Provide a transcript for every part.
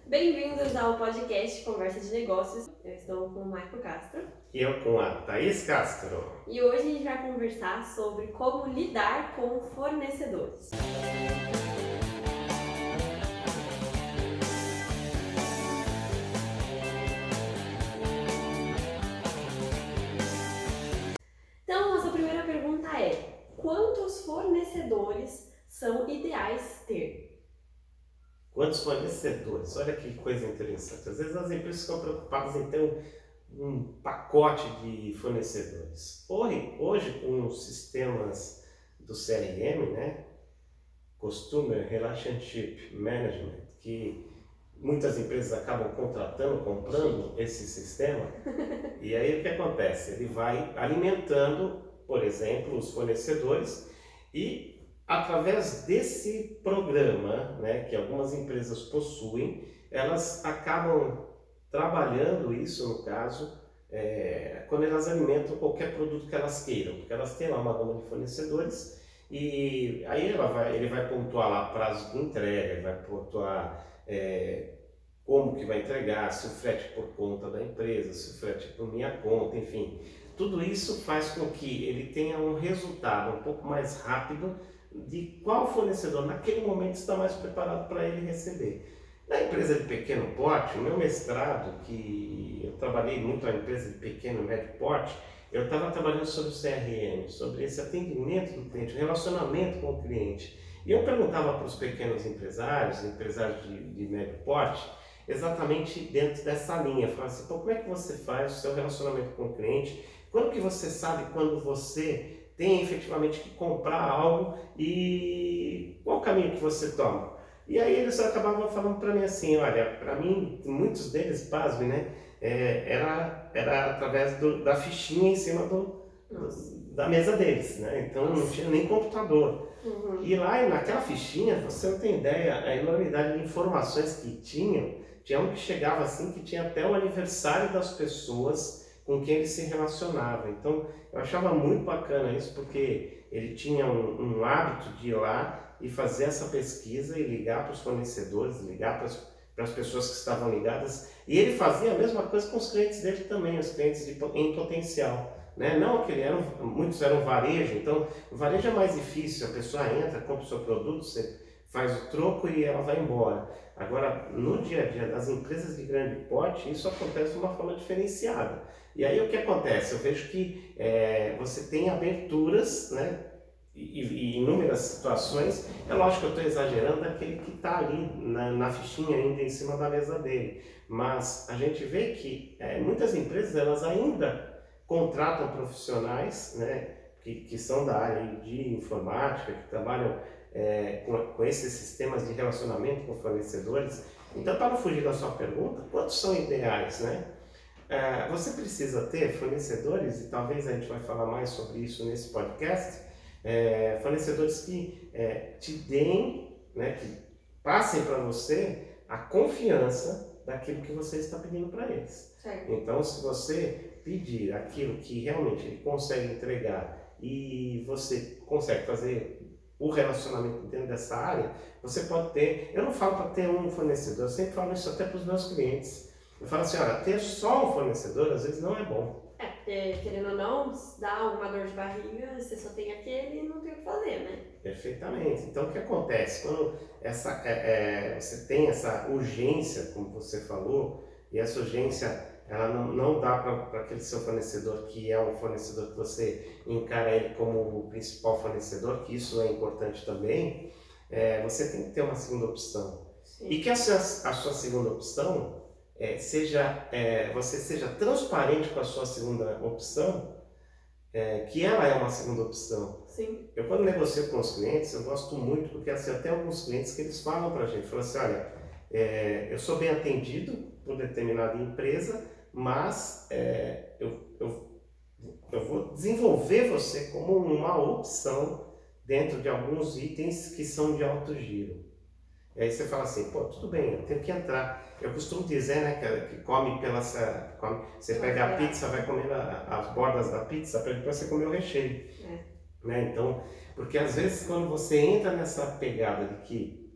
Bem-vindos ao podcast Conversa de Negócios. Eu estou com o Marco Castro E eu com a Thaís Castro. e hoje a gente vai conversar sobre como lidar com fornecedores. Então, nossa primeira pergunta é: quantos fornecedores são ideais ter? Quantos fornecedores? Olha que coisa interessante. Às vezes as empresas ficam preocupadas em ter um pacote de fornecedores. Hoje com os sistemas do CRM, né? Customer Relationship Management, que muitas empresas acabam comprando esse sistema, e aí o que acontece? Ele vai alimentando, por exemplo, os fornecedores e através desse programa, né, que algumas empresas possuem, elas acabam trabalhando isso, no caso, quando elas alimentam qualquer produto que elas queiram, porque elas têm lá uma gama de fornecedores e aí ele vai pontuar lá prazo de entrega, ele vai pontuar como que vai entregar, se o frete é por conta da empresa, se o frete é por minha conta, enfim. Tudo isso faz com que ele tenha um resultado um pouco mais rápido de qual fornecedor naquele momento está mais preparado para ele receber. Na empresa de pequeno porte, o meu mestrado, que eu trabalhei muito na empresa de pequeno e médio porte, eu estava trabalhando sobre o CRM, sobre esse atendimento do cliente, o relacionamento com o cliente. E eu perguntava para os pequenos empresários, empresários de médio porte, exatamente dentro dessa linha. Falava assim, pô, como é que você faz o seu relacionamento com o cliente? Quando que você sabe quando você tem efetivamente que comprar algo e qual o caminho que você toma? E aí eles acabavam falando para mim assim, olha, para mim, muitos deles, pasmem, né, era através da fichinha em cima da mesa deles, né? Então não tinha nem computador. E lá naquela fichinha, você não tem ideia a enormidade de informações que tinha um que chegava assim que tinha até o aniversário das pessoas com quem ele se relacionava. Então eu achava muito bacana isso porque ele tinha um hábito de ir lá e fazer essa pesquisa e ligar para os fornecedores, ligar para as pessoas que estavam ligadas. E ele fazia a mesma coisa com os clientes dele também, os clientes em potencial. Né? Não que muitos eram varejo, então o varejo é mais difícil, a pessoa entra, compra o seu produto, você faz o troco e ela vai embora. Agora, no dia a dia das empresas de grande porte, isso acontece de uma forma diferenciada. E aí o que acontece? Eu vejo que você tem aberturas, né? E inúmeras situações, é lógico que eu estou exagerando daquele que está ali na fichinha ainda em cima da mesa dele, mas a gente vê que muitas empresas elas ainda contratam profissionais, né, que são da área de informática, que trabalham com esses sistemas de relacionamento com fornecedores. Então, para não fugir da sua pergunta, quantos são ideais, né? Você precisa ter fornecedores, e talvez a gente vai falar mais sobre isso nesse podcast, fornecedores que te deem, né, que passem para você a confiança daquilo que você está pedindo para eles. Certo. Então, se você pedir aquilo que realmente ele consegue entregar e você consegue fazer o relacionamento dentro dessa área, você pode ter, eu não falo para ter um fornecedor, eu sempre falo isso até para os meus clientes. Eu falo assim, olha, ter só um fornecedor às vezes não é bom. Porque querendo ou não, dá uma dor de barriga, você só tem aquele e não tem o que fazer, né? Perfeitamente. Então o que acontece? Quando você tem essa urgência, como você falou, e essa urgência ela não dá para aquele seu fornecedor que é um fornecedor que você encara ele como o principal fornecedor, que isso é importante também, você tem que ter uma segunda opção. Sim. E que a sua segunda opção você seja transparente com a sua segunda opção, que ela é uma segunda opção. Sim. Eu quando negocio com os clientes, eu gosto muito, porque assim, eu tenho alguns clientes que eles falam pra gente, falam assim, olha, eu sou bem atendido por determinada empresa, mas eu vou desenvolver você como uma opção dentro de alguns itens que são de alto giro. E aí você fala assim, pô, tudo bem, eu tenho que entrar. Eu costumo dizer, né, que come você pega a pizza, vai comer as bordas da pizza para depois você comer o recheio. Né? Então, porque às vezes quando você entra nessa pegada de que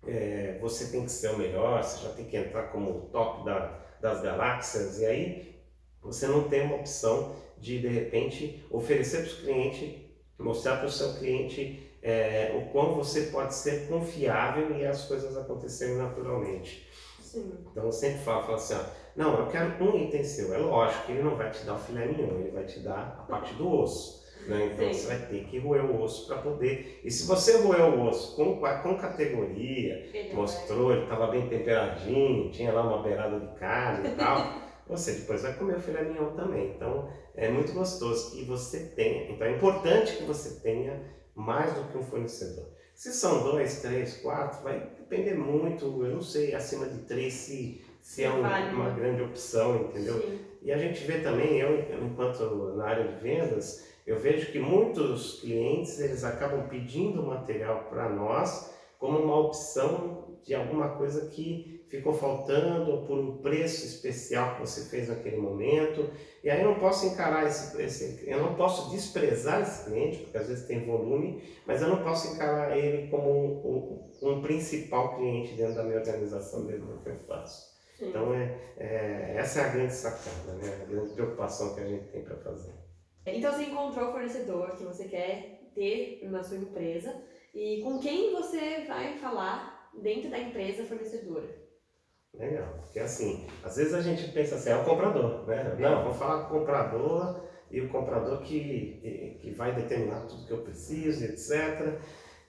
você tem que ser o melhor, você já tem que entrar como o top das galáxias, e aí você não tem uma opção de repente, oferecer para o cliente, mostrar para o seu cliente o quão você pode ser confiável e as coisas acontecerem naturalmente. Sim. Então eu sempre falo assim, ó, não, eu quero um item seu. É lógico que ele não vai te dar o filé mignon, ele vai te dar a parte do osso. Né? Então Sim. você vai ter que roer o osso para poder. E se você roer o osso com categoria, mostrou, ele estava bem temperadinho, tinha lá uma beirada de carne e tal, você depois vai comer o filé mignon também. Então é muito gostoso que você tenha. Então é importante que você tenha mais do que um fornecedor. Se são 2, 3, 4, vai depender muito, eu não sei, acima de 3 se é uma grande opção, entendeu? Sim. E a gente vê também, eu enquanto na área de vendas, eu vejo que muitos clientes eles acabam pedindo material para nós como uma opção de alguma coisa que ficou faltando ou por um preço especial que você fez naquele momento. E aí eu não posso encarar eu não posso desprezar esse cliente, porque às vezes tem volume, mas eu não posso encarar ele como um principal cliente dentro da minha organização, dentro do que eu faço. Sim. Então essa é a grande sacada, né? A grande preocupação que a gente tem para fazer. Então você encontrou o fornecedor que você quer ter na sua empresa e com quem você vai falar dentro da empresa fornecedora? Legal, porque assim, às vezes a gente pensa assim, é o comprador, né? Não, vamos falar com o comprador e o comprador que vai determinar tudo que eu preciso, etc.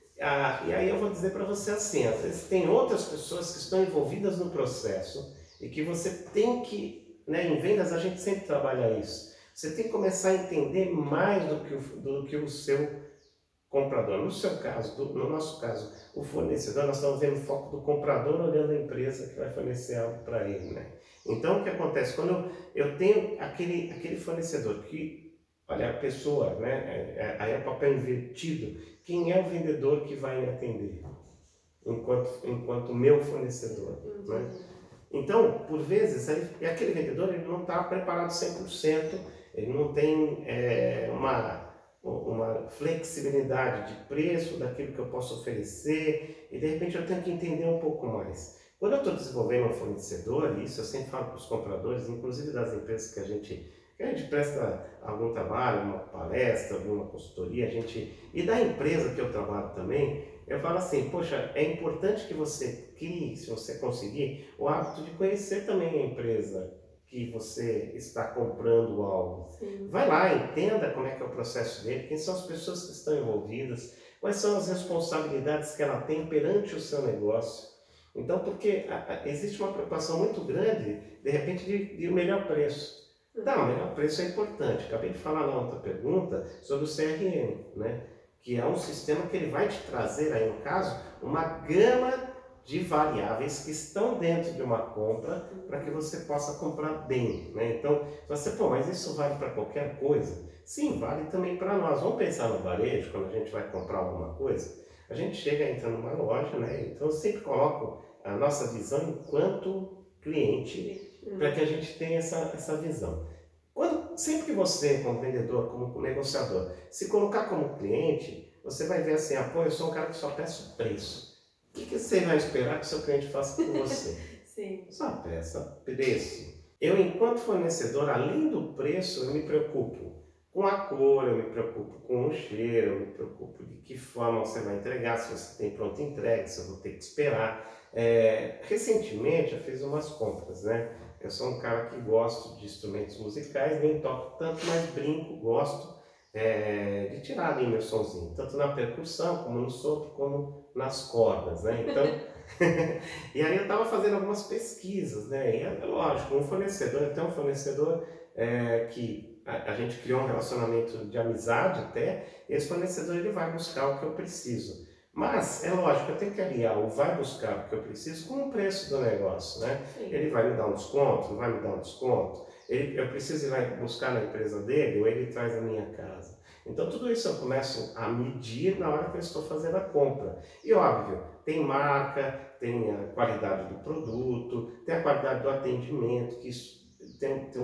E aí eu vou dizer para você assim, às vezes tem outras pessoas que estão envolvidas no processo e que você tem que, né, em vendas a gente sempre trabalha isso, você tem que começar a entender mais do que o seu comprador. No seu caso, no nosso caso, o fornecedor, nós estamos vendo o foco do comprador olhando a empresa que vai fornecer algo para ele, né? Então, o que acontece? Quando eu tenho aquele fornecedor que, olha, a pessoa, né? Aí é o papel invertido. Quem é o vendedor que vai me atender? Enquanto meu fornecedor, né? Então, por vezes, aquele vendedor ele não está preparado 100%, ele não tem uma flexibilidade de preço daquilo que eu posso oferecer e de repente eu tenho que entender um pouco mais. Quando eu estou desenvolvendo um fornecedor, e isso eu sempre falo para os compradores, inclusive das empresas que a gente presta algum trabalho, uma palestra, alguma consultoria, e da empresa que eu trabalho também, eu falo assim, poxa, é importante que você crie, se você conseguir, o hábito de conhecer também a empresa que você está comprando algo. Sim. Vai lá, entenda como é que é o processo dele, quem são as pessoas que estão envolvidas, quais são as responsabilidades que ela tem perante o seu negócio. Então, porque existe uma preocupação muito grande, de repente, de o melhor preço. Tá, o melhor preço é importante. Acabei de falar na outra pergunta sobre o CRM, né? Que é um sistema que ele vai te trazer, aí no caso, uma gama de variáveis que estão dentro de uma compra para que você possa comprar bem, né? Então, você, mas isso vale para qualquer coisa? Sim, vale também para nós. Vamos pensar no varejo, quando a gente vai comprar alguma coisa, a gente chega, entra numa loja, né? Então eu sempre coloco a nossa visão enquanto cliente para que a gente tenha essa visão. Sempre que você, como vendedor, como negociador, se colocar como cliente, você vai ver assim, eu sou um cara que só peço preço. O que você vai esperar que o seu cliente faça com você? Sim. Só peça preço. Eu, enquanto fornecedor, além do preço, eu me preocupo com a cor, eu me preocupo com o cheiro, eu me preocupo de que forma você vai entregar, se você tem pronta entrega, se eu vou ter que esperar. Recentemente eu fiz umas compras, né? Eu sou um cara que gosto de instrumentos musicais, nem toco tanto, mas brinco, gosto de tirar ali meu sonzinho, tanto na percussão, como no sopro, como nas cordas, né? Então, e aí eu estava fazendo algumas pesquisas, né? E é lógico, até um fornecedor que a gente criou um relacionamento de amizade até, esse fornecedor ele vai buscar o que eu preciso. Mas, é lógico, eu tenho que aliar o vai buscar o que eu preciso com o preço do negócio, né? Sim. Ele vai me dar um desconto, não vai me dar um desconto? Eu preciso ir lá buscar na empresa dele ou ele traz na minha casa? Então, tudo isso eu começo a medir na hora que eu estou fazendo a compra. E, óbvio, tem marca, tem a qualidade do produto, tem a qualidade do atendimento, que isso tem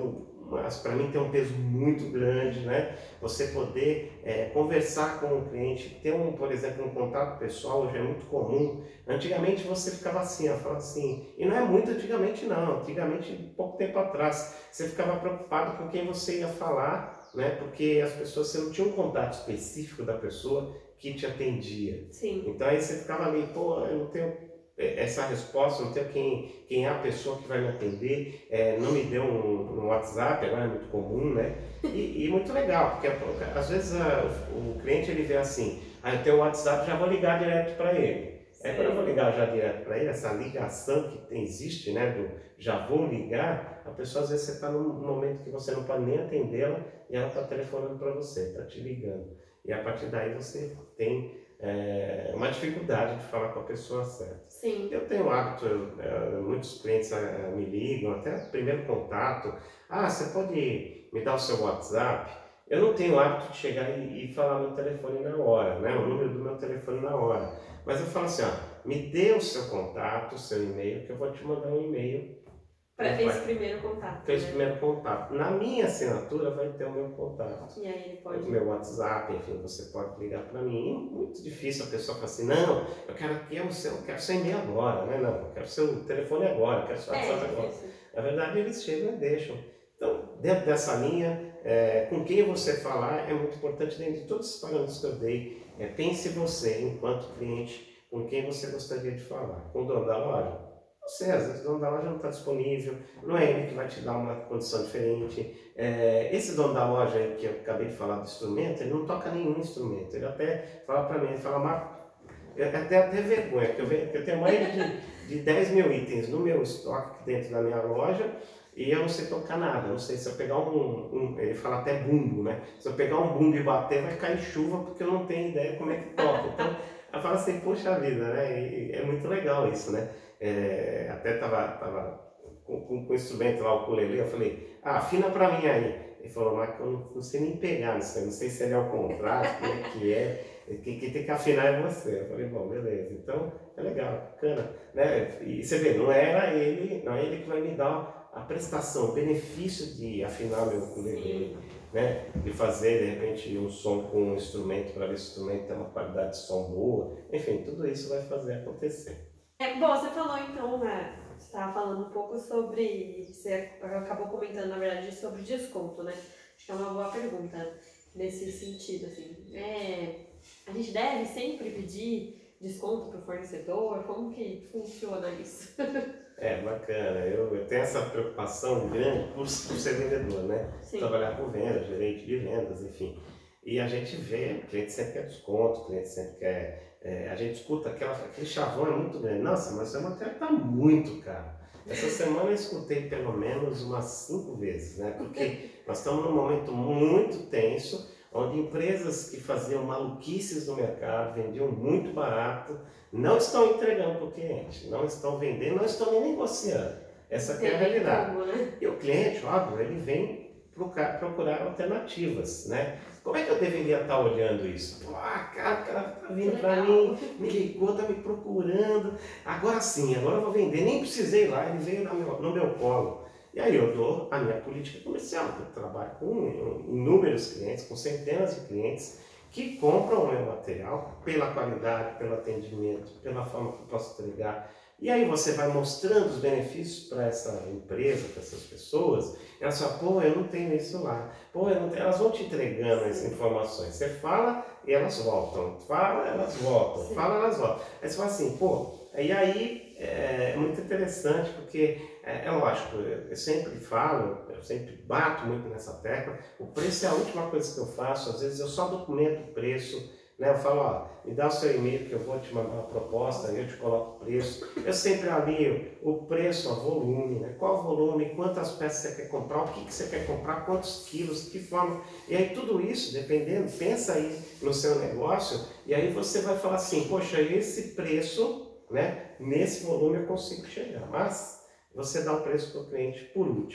para mim tem um peso muito grande, né? Você poder conversar com o cliente, ter por exemplo, um contato pessoal, hoje é muito comum. Antigamente você ficava assim, eu falo assim, e não é muito antigamente não, antigamente pouco tempo atrás, você ficava preocupado com quem você ia falar, né? Porque as pessoas, você não tinha um contato específico da pessoa que te atendia. Sim. Então aí você ficava ali, pô, eu não tenho essa resposta, não tenho quem é a pessoa que vai me atender, não me deu um WhatsApp, agora é muito comum, né? E muito legal, porque às vezes o cliente ele vê assim, eu tenho o WhatsApp, já vou ligar direto para ele. Quando eu vou ligar já direto para ele, essa ligação que existe, né, do já vou ligar, a pessoa às vezes você está num momento que você não pode nem atendê-la e ela está telefonando para você, está te ligando. E a partir daí você tem uma dificuldade de falar com a pessoa certa. Sim. Eu tenho hábito, muitos clientes me ligam, até o primeiro contato, você pode me dar o seu WhatsApp? Eu não tenho hábito de chegar e falar no telefone na hora, né? O número do meu telefone na hora. Mas eu falo assim, me dê o seu contato, o seu e-mail, que eu vou te mandar um e-mail. Para ter esse primeiro contato. Esse primeiro contato. Na minha assinatura vai ter o meu contato. E aí ele pode... O meu WhatsApp, enfim, você pode ligar para mim. É muito difícil a pessoa falar assim, não, eu quero seu e-mail agora, né? Não, eu quero seu telefone agora, eu quero seu WhatsApp agora. Na verdade, eles chegam e deixam. Então, dentro dessa linha, com quem você falar é muito importante, dentro de todos os parâmetros que eu dei. Pense você, enquanto cliente, com quem você gostaria de falar. Com o dono da loja? Você, às vezes o dono da loja não está disponível, não é ele que vai te dar uma condição diferente. Esse dono da loja aí, que eu acabei de falar do instrumento, ele não toca nenhum instrumento. Ele até fala para mim, ele fala, Marco, eu até vergonha, porque eu tenho mais de 10 mil itens no meu estoque dentro da minha loja, e eu não sei tocar nada. Eu não sei se eu pegar ele fala até bumbo, né? Se eu pegar um bumbo e bater, vai cair chuva, porque eu não tenho ideia como é que toca. Então, eu falo assim, poxa vida, né? E é muito legal isso, né? Até tava com o instrumento lá, o ukulele, eu falei, afina pra mim aí. Ele falou, mas eu não sei nem pegar nisso aí, não sei se ele é ao contrário, como é que é. Quem tem que afinar é você. Eu falei, bom, beleza. Então, é legal, bacana. Né? E você vê, não é ele que vai me dar a prestação, o benefício de afinar meu ukulele, né? De fazer, de repente, um som com um instrumento, para ver se o instrumento tem uma qualidade de som boa. Enfim, tudo isso vai fazer acontecer. Bom, você falou então, né? Você estava falando um pouco sobre, você acabou comentando, na verdade, sobre desconto, né? Acho que é uma boa pergunta nesse sentido, assim. A gente deve sempre pedir desconto para o fornecedor? Como que funciona isso? Bacana. Eu tenho essa preocupação grande por ser vendedor, né? Sim. Trabalhar com vendas, gerente de vendas, enfim. E a gente vê, o cliente sempre quer desconto, o cliente sempre quer... a gente escuta aquele chavão é muito grande. Nossa, mas seu material está muito caro. Essa semana eu escutei pelo menos umas 5 vezes, né? Porque nós estamos num momento muito tenso, onde empresas que faziam maluquices no mercado, vendiam muito barato, não estão entregando para o cliente, não estão vendendo, não estão nem negociando. Essa que é a realidade. Como, né? E o cliente, óbvio, ele vem procurar alternativas, né? Como é que eu deveria estar olhando isso? Cara tá vindo para mim, me ligou, tá me procurando. Agora sim, agora eu vou vender. Nem precisei ir lá, ele veio no meu colo. E aí eu dou a minha política comercial, que eu trabalho com inúmeros clientes, com centenas de clientes que compram o meu material pela qualidade, pelo atendimento, pela forma que eu posso entregar. E aí você vai mostrando os benefícios para essa empresa, para essas pessoas, e elas falam, pô, eu não tenho isso lá. Pô, eu não tenho... Elas vão te entregando essas informações. Você fala e elas voltam. Fala, elas voltam. Sim. Fala, elas voltam. Aí você fala assim, pô, e aí é muito interessante, porque é lógico, eu sempre falo, eu sempre bato muito nessa tecla, o preço é a última coisa que eu faço, às vezes eu só documento o preço, né? Eu falo, me dá o seu e-mail que eu vou te mandar uma proposta, eu te coloco o preço. Eu sempre alinho o preço a volume, né? Qual volume, quantas peças você quer comprar, o que você quer comprar, quantos quilos, de que forma. E aí tudo isso, dependendo, pensa aí no seu negócio, e aí você vai falar assim, poxa, esse preço, né? Nesse volume eu consigo chegar. Mas você dá o preço para o cliente por último,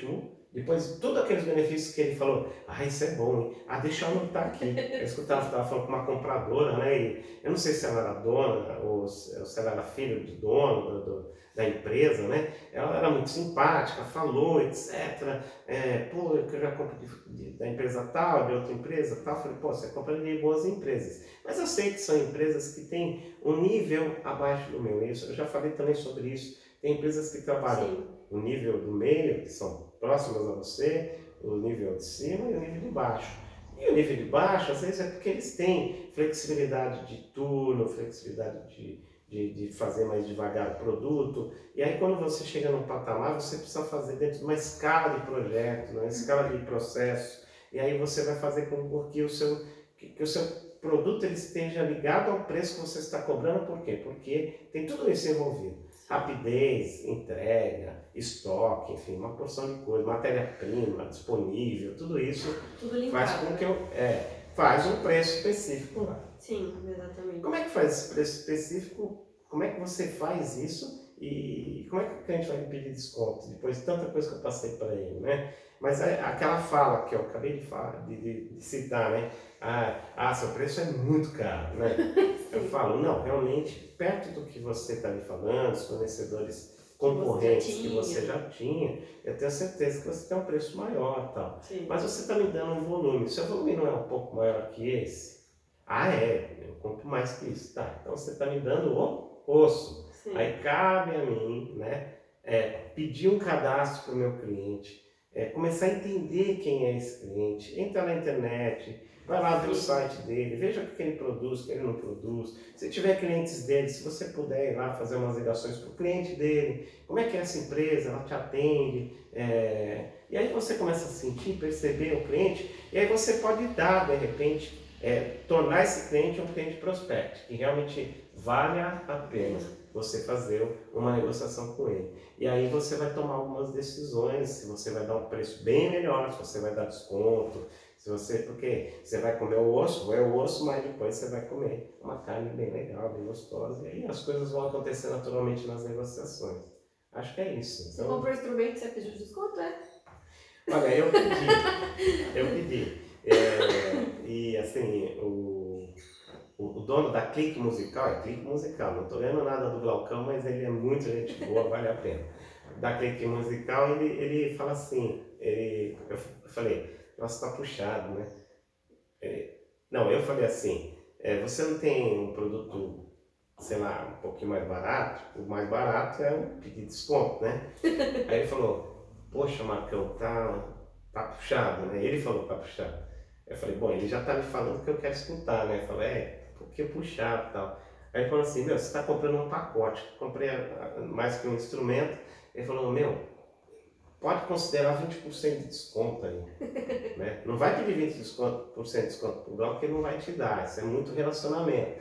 Depois, todos aqueles benefícios que ele falou, isso é bom, hein? Deixa eu anotar aqui. Eu escutava, estava falando com uma compradora, né? E eu não sei se ela era dona ou se ela era filha do dono da empresa, né? Ela era muito simpática, falou, etc. Pô, eu já compro da empresa tal, de outra empresa tal. Eu falei, pô, você compra de boas empresas. Mas eu sei que são empresas que têm um nível abaixo do meu. Isso, eu já falei também sobre isso. Tem empresas que trabalham Sim. o nível do meio, que são próximas a você, o nível de cima e o nível de baixo. E o nível de baixo, às vezes, é porque eles têm flexibilidade de turno, flexibilidade de fazer mais devagar o produto. E aí, quando você chega num patamar, você precisa fazer dentro de uma escala de projeto, uma escala de processo. E aí você vai fazer com que o seu produto ele esteja ligado ao preço que você está cobrando. Por quê? Porque tem tudo isso envolvido. Rapidez, entrega, estoque, enfim, uma porção de coisa, matéria-prima disponível, tudo isso Tudo faz linkado, com que né? faz um preço específico lá. Sim, exatamente. Como é que faz esse preço específico? Como é que você faz isso? E como é que o cliente vai me pedir desconto? Depois de tanta coisa que eu passei para ele, né? Mas aquela fala que eu acabei de falar, de citar, né? Seu preço é muito caro, né? Eu falo, não, realmente, perto do que você está me falando, os fornecedores concorrentes que você já tinha, eu tenho certeza que você tem um preço maior, tal. Sim. Mas você está me dando um volume. Seu volume não é um pouco maior que esse? Eu compro mais que isso. Tá, então você está me dando o osso. Sim. Aí cabe a mim, né, pedir um cadastro para o meu cliente, começar a entender quem é esse cliente, entrar na internet, vai lá ver o site dele, veja o que ele produz, o que ele não produz. Se tiver clientes dele, se você puder ir lá fazer umas ligações para o cliente dele, como é que é essa empresa, ela te atende, e aí você começa a sentir, perceber o cliente, e aí você pode dar, de repente, tornar esse cliente um cliente prospect, que realmente vale a pena você fazer uma negociação com ele. E aí você vai tomar algumas decisões, se você vai dar um preço bem melhor, se você vai dar desconto, porque você vai comer o osso, mas depois você vai comer uma carne bem legal, bem gostosa, e aí as coisas vão acontecer naturalmente nas negociações. Acho que é isso. Você comprou o instrumento, você pediu desconto, Olha, eu pedi. E assim, o dono da Clique Musical, não estou ganhando nada do Glaucão, mas ele é muito gente boa, vale a pena. Da Clique Musical, ele fala assim, eu falei, nossa, tá puxado, né? Não, eu falei assim, você não tem um produto, sei lá, um pouquinho mais barato? O mais barato é um pedir desconto, né? Aí ele falou, poxa, Marcão, tá puxado, né? Ele falou que tá puxado. Eu falei, bom, ele já tá me falando que eu quero escutar, né? Eu falei, porque puxado e tal. Aí ele falou assim, você está comprando um pacote. Comprei mais que um instrumento. Ele falou, pode considerar 20% de desconto aí, né? Não vai pedir 20% de desconto pro Glauco, porque ele não vai te dar. Isso é muito relacionamento.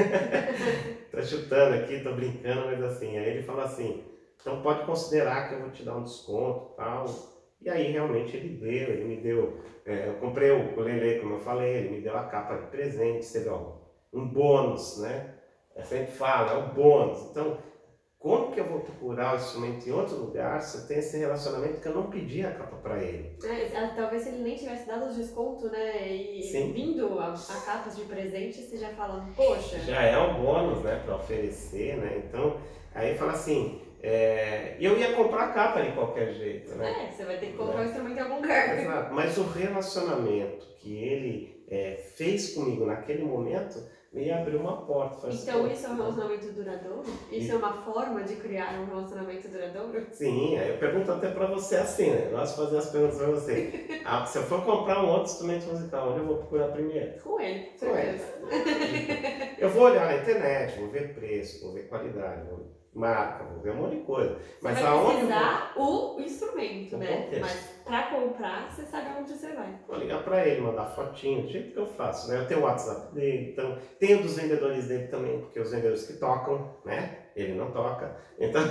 Tô chutando aqui, tô brincando, mas assim, aí ele falou assim, então pode considerar que eu vou te dar um desconto e tal. E aí realmente ele me deu, eu comprei o ukulele, como eu falei, ele me deu a capa de presente, teve um bônus, né? Eu sempre falo, é o bônus. Então, como que eu vou procurar o instrumento em outro lugar se eu tenho esse relacionamento que eu não pedi a capa para ele? Talvez se ele nem tivesse dado os descontos, né? E Sim. vindo a capas de presente, você já fala, poxa. Já é um bônus, né, para oferecer, né? Então, aí fala assim, eu ia comprar a capa de qualquer jeito, né? Você vai ter que colocar o instrumento em algum lugar. Exato, mas o relacionamento que ele fez comigo naquele momento me abriu uma porta. Então isso é um relacionamento duradouro? Isso é uma forma de criar um relacionamento duradouro? Sim, eu pergunto até para você assim, né? Nós fazemos as perguntas para você. Se eu for comprar um outro instrumento musical, onde eu vou procurar primeiro? Com ele, Com ele. certeza. Eu vou olhar na internet, vou ver preço, vou ver qualidade, vou ver marca, vou ver um monte de coisa. Mas você vai aonde precisar o instrumento, o né? contexto. Mas para comprar, você sabe aonde você vai. Vou ligar para ele, mandar fotinho, do jeito que eu faço, né? Eu tenho o WhatsApp dele, então tenho dos vendedores dele também, porque os vendedores que tocam, né? Ele não toca. Então,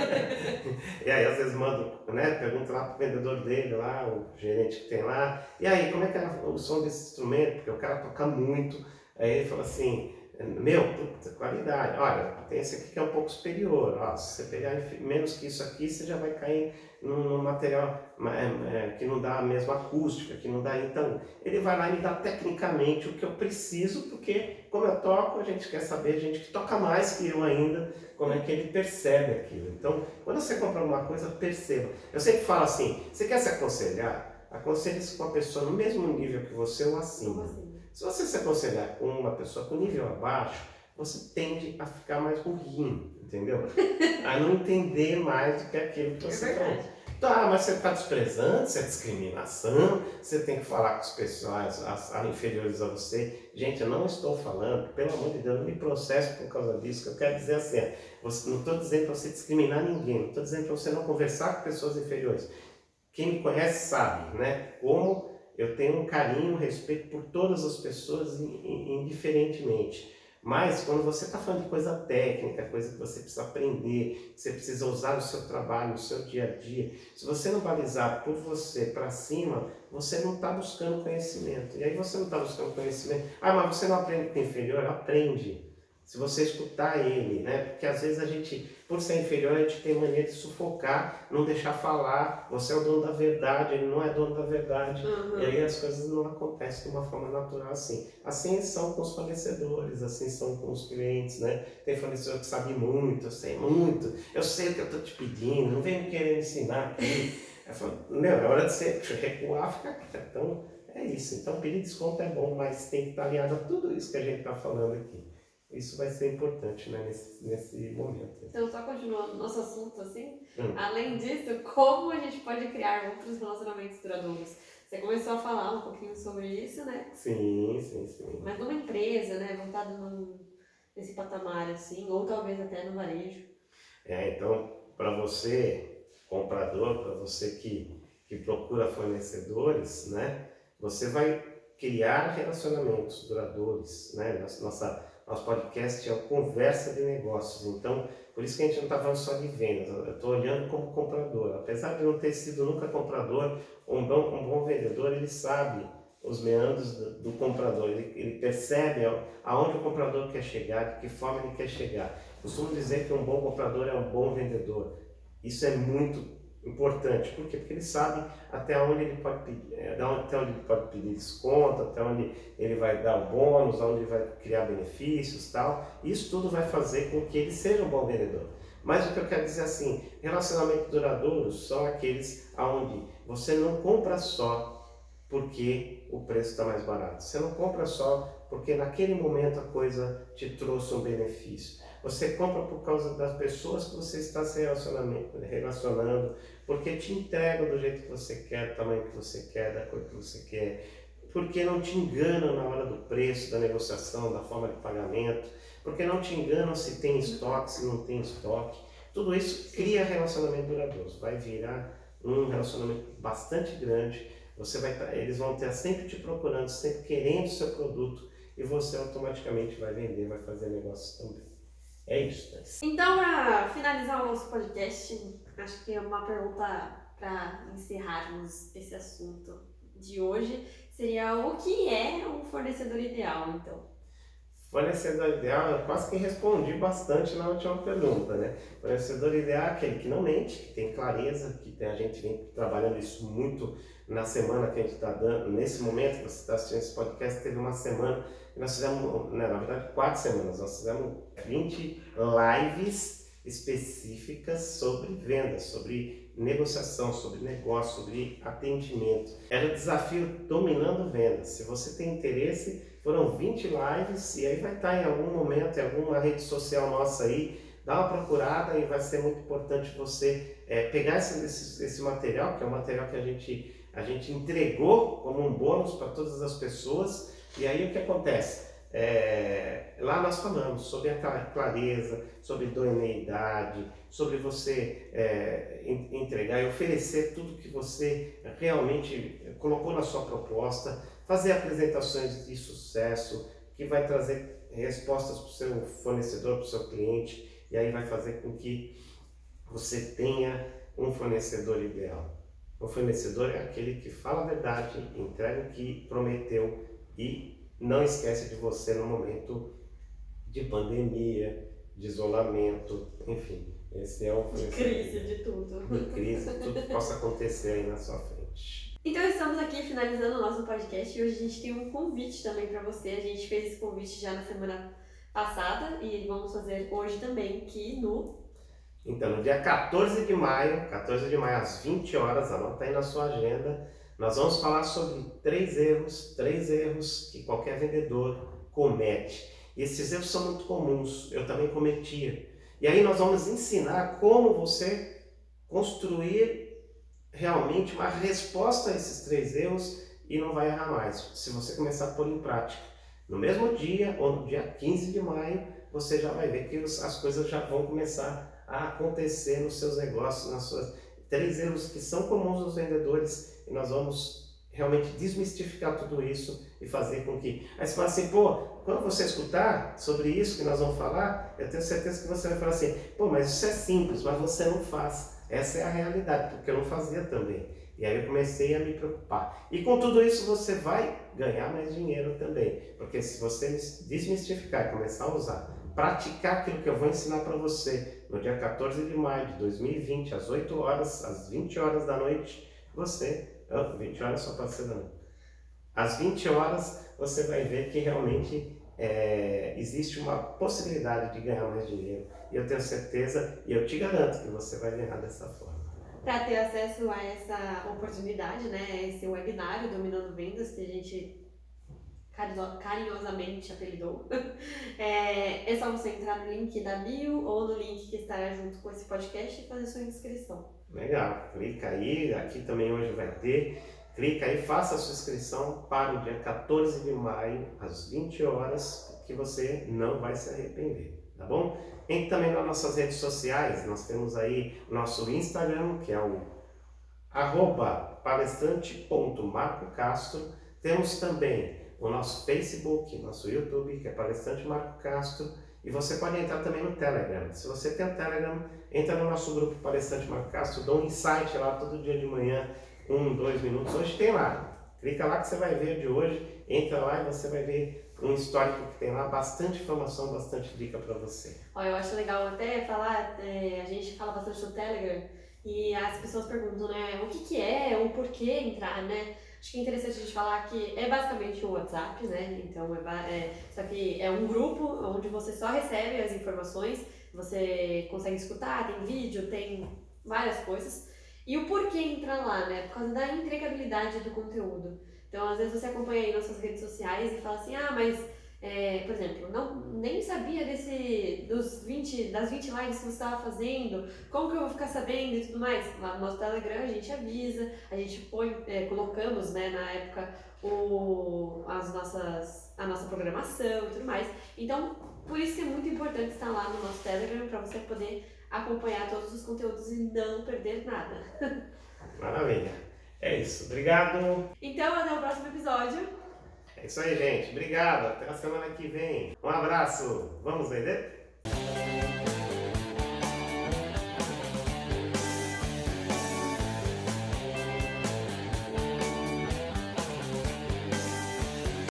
e aí às vezes mando, né? Pergunto lá pro vendedor dele lá, o gerente que tem lá, e aí, como é que é o som desse instrumento? Porque o cara toca muito. Aí ele fala assim, puta, qualidade. Olha, tem esse aqui que é um pouco superior. Ó, se você pegar menos que isso aqui, você já vai cair num material que não dá a mesma acústica, que não dá. Então, ele vai lá e me dá tecnicamente o que eu preciso, porque como eu toco, a gente quer saber, a gente que toca mais que eu ainda, como é que ele percebe aquilo. Então, quando você compra alguma coisa, perceba. Eu sempre falo assim, você quer se aconselhar? Aconselhe-se com uma pessoa no mesmo nível que você ou acima. Se você se aconselhar com uma pessoa com nível abaixo, você tende a ficar mais ruim, entendeu? A não entender mais do que aquilo que você falou. Tá, mas você está desprezando, isso é discriminação, você tem que falar com as pessoas inferiores a você. Gente, eu não estou falando, pelo amor de Deus, não me processe por causa disso, que eu quero dizer assim, não estou dizendo para você discriminar ninguém, não estou dizendo para você não conversar com pessoas inferiores. Quem me conhece sabe, né? Como eu tenho um carinho, um respeito por todas as pessoas indiferentemente. Mas quando você está falando de coisa técnica, coisa que você precisa aprender, que você precisa usar no seu trabalho, no seu dia a dia, se você não balizar por você para cima, você não está buscando conhecimento. E aí você não está buscando conhecimento. Ah, mas você não aprende com o inferior? Aprende. Se você escutar ele, né? Porque às vezes a gente, por ser inferior, a gente tem mania de sufocar, não deixar falar. Você é o dono da verdade, ele não é dono da verdade. E aí as coisas não acontecem de uma forma natural assim. Assim são com os fornecedores, assim são com os clientes, né? Tem fornecedor que sabe muito, eu sei muito, eu sei o que eu estou te pedindo, não vem me querer ensinar aqui. Eu falo, é hora de você recuar, fica quieto. Então, é isso. Então, pedir desconto é bom, mas tem que estar alinhado a tudo isso que a gente está falando aqui. Isso vai ser importante, né, nesse momento. Então, só continuando nosso assunto, assim, além disso, como a gente pode criar outros relacionamentos duradouros? Você começou a falar um pouquinho sobre isso, né? Sim. Mas numa empresa, né, voltada nesse patamar, assim, ou talvez até no varejo. Então, para você, comprador, para você que procura fornecedores, né, você vai criar relacionamentos duradouros, né? Nosso podcast é o Conversa de Negócios, então por isso que a gente não está falando só de vendas, eu estou olhando como comprador. Apesar de não ter sido nunca comprador, um bom vendedor, ele sabe os meandros do comprador, ele percebe aonde o comprador quer chegar, de que forma ele quer chegar. Costumo dizer que um bom comprador é um bom vendedor. Isso é muito importante. Por quê? Porque ele sabe até onde ele pode pedir, até onde ele pode pedir desconto, até onde ele vai dar o bônus, onde ele vai criar benefícios, tal. Isso tudo vai fazer com que ele seja um bom vendedor. Mas o que eu quero dizer assim, relacionamentos duradouros são aqueles onde você não compra só porque o preço está mais barato. Você não compra só porque naquele momento a coisa te trouxe um benefício. Você compra por causa das pessoas que você está se relacionando, porque te entregam do jeito que você quer, do tamanho que você quer, da cor que você quer, porque não te enganam na hora do preço, da negociação, da forma de pagamento, porque não te enganam se tem estoque, se não tem estoque. Tudo isso cria relacionamento duradouro, vai virar um relacionamento bastante grande. Eles vão estar sempre te procurando, sempre querendo o seu produto, e você automaticamente vai vender, vai fazer negócios também. É isso, né? Então, para finalizar o nosso podcast, acho que é uma pergunta para encerrarmos esse assunto de hoje seria: o que é um fornecedor ideal, então? Fornecedor ideal, eu quase que respondi bastante na última pergunta, né? Fornecedor ideal é aquele que não mente, que tem clareza, a gente vem trabalhando isso muito na semana que a gente está dando. Nesse momento que você está assistindo esse podcast, teve uma semana que nós fizemos, né, na verdade 4 semanas, nós fizemos 20 lives específicas sobre vendas, sobre negociação, sobre negócio, sobre atendimento. Era o desafio dominando vendas. Se você tem interesse, foram 20 lives e aí vai estar em algum momento, em alguma rede social nossa aí, dá uma procurada e vai ser muito importante você pegar esse material, que é um material que a gente entregou como um bônus para todas as pessoas. E aí o que acontece? Lá nós falamos sobre a clareza, sobre idoneidade, sobre você entregar e oferecer tudo que você realmente colocou na sua proposta, fazer apresentações de sucesso que vai trazer respostas para o seu fornecedor, para o seu cliente, e aí vai fazer com que você tenha um fornecedor ideal. O fornecedor é aquele que fala a verdade, entrega o que prometeu e não esquece de você no momento de pandemia, de isolamento, enfim. Esse é o De crise, de tudo. de crise, tudo que possa acontecer aí na sua frente. Então estamos aqui finalizando o nosso podcast e hoje a gente tem um convite também para você. A gente fez esse convite já na semana passada e vamos fazer hoje também, que Então, no dia 14 de maio às 20 horas, anota aí na sua agenda, nós vamos falar sobre três erros que qualquer vendedor comete. E esses erros são muito comuns, eu também cometia. E aí nós vamos ensinar como você construir realmente uma resposta a esses três erros e não vai errar mais, se você começar a pôr em prática. No mesmo dia, ou no dia 15 de maio, você já vai ver que as coisas já vão começar a acontecer nos seus negócios, nas suas três erros que são comuns aos vendedores, e nós vamos realmente desmistificar tudo isso e fazer com que... Aí você fala assim, pô, quando você escutar sobre isso que nós vamos falar, eu tenho certeza que você vai falar assim, pô, mas isso é simples, mas você não faz. Essa é a realidade, porque eu não fazia também. E aí eu comecei a me preocupar. E com tudo isso você vai ganhar mais dinheiro também. Porque se você desmistificar e começar a usar, praticar aquilo que eu vou ensinar para você no dia 14 de maio de 2020, às 8 horas, às 20 horas da noite, 20 horas só pode ser da noite. Às 20 horas você vai ver que realmente existe uma possibilidade de ganhar mais dinheiro. E eu tenho certeza, e eu te garanto que você vai ganhar dessa forma. para ter acesso a essa oportunidade, né? Esse webinário Dominando Vendas que a gente carinhosamente apelidou. É só você entrar no link da bio ou no link que estará junto com esse podcast e fazer sua inscrição. Legal, clica aí, aqui também hoje vai ter. Clica aí, faça a sua inscrição para o dia 14 de maio, às 20 horas, que você não vai se arrepender, tá bom? Entre também nas nossas redes sociais, nós temos aí o nosso Instagram, que é o @palestrante.marcocastro. Temos também o nosso Facebook, nosso YouTube, que é Palestrante Marco Castro. E você pode entrar também no Telegram. Se você tem o Telegram, entra no nosso grupo Palestrante Marco Castro, dá um insight lá todo dia de manhã, 2 minutos. Hoje tem lá. Clica lá que você vai ver de hoje. Entra lá e você vai ver um histórico que tem lá, bastante informação, bastante dica para você. Eu acho legal até falar, a gente fala bastante no Telegram e as pessoas perguntam, né, o que é, o porquê entrar, né? Acho que é interessante a gente falar que é basicamente um WhatsApp, né? Então, só que é um grupo onde você só recebe as informações, você consegue escutar, tem vídeo, tem várias coisas. E o porquê entrar lá, né? Por causa da entregabilidade do conteúdo. Então, às vezes você acompanha aí nossas redes sociais e fala assim, mas, por exemplo, nem sabia das 20 lives que você estava fazendo, como que eu vou ficar sabendo e tudo mais? Lá no nosso Telegram a gente avisa, a gente colocamos, né, na época, a nossa programação e tudo mais. Então, por isso que é muito importante estar lá no nosso Telegram para você poder acompanhar todos os conteúdos e não perder nada. Maravilha. É isso. Obrigado. Então, até o próximo episódio. É isso aí, gente. Obrigado. Até a semana que vem. Um abraço. Vamos vender?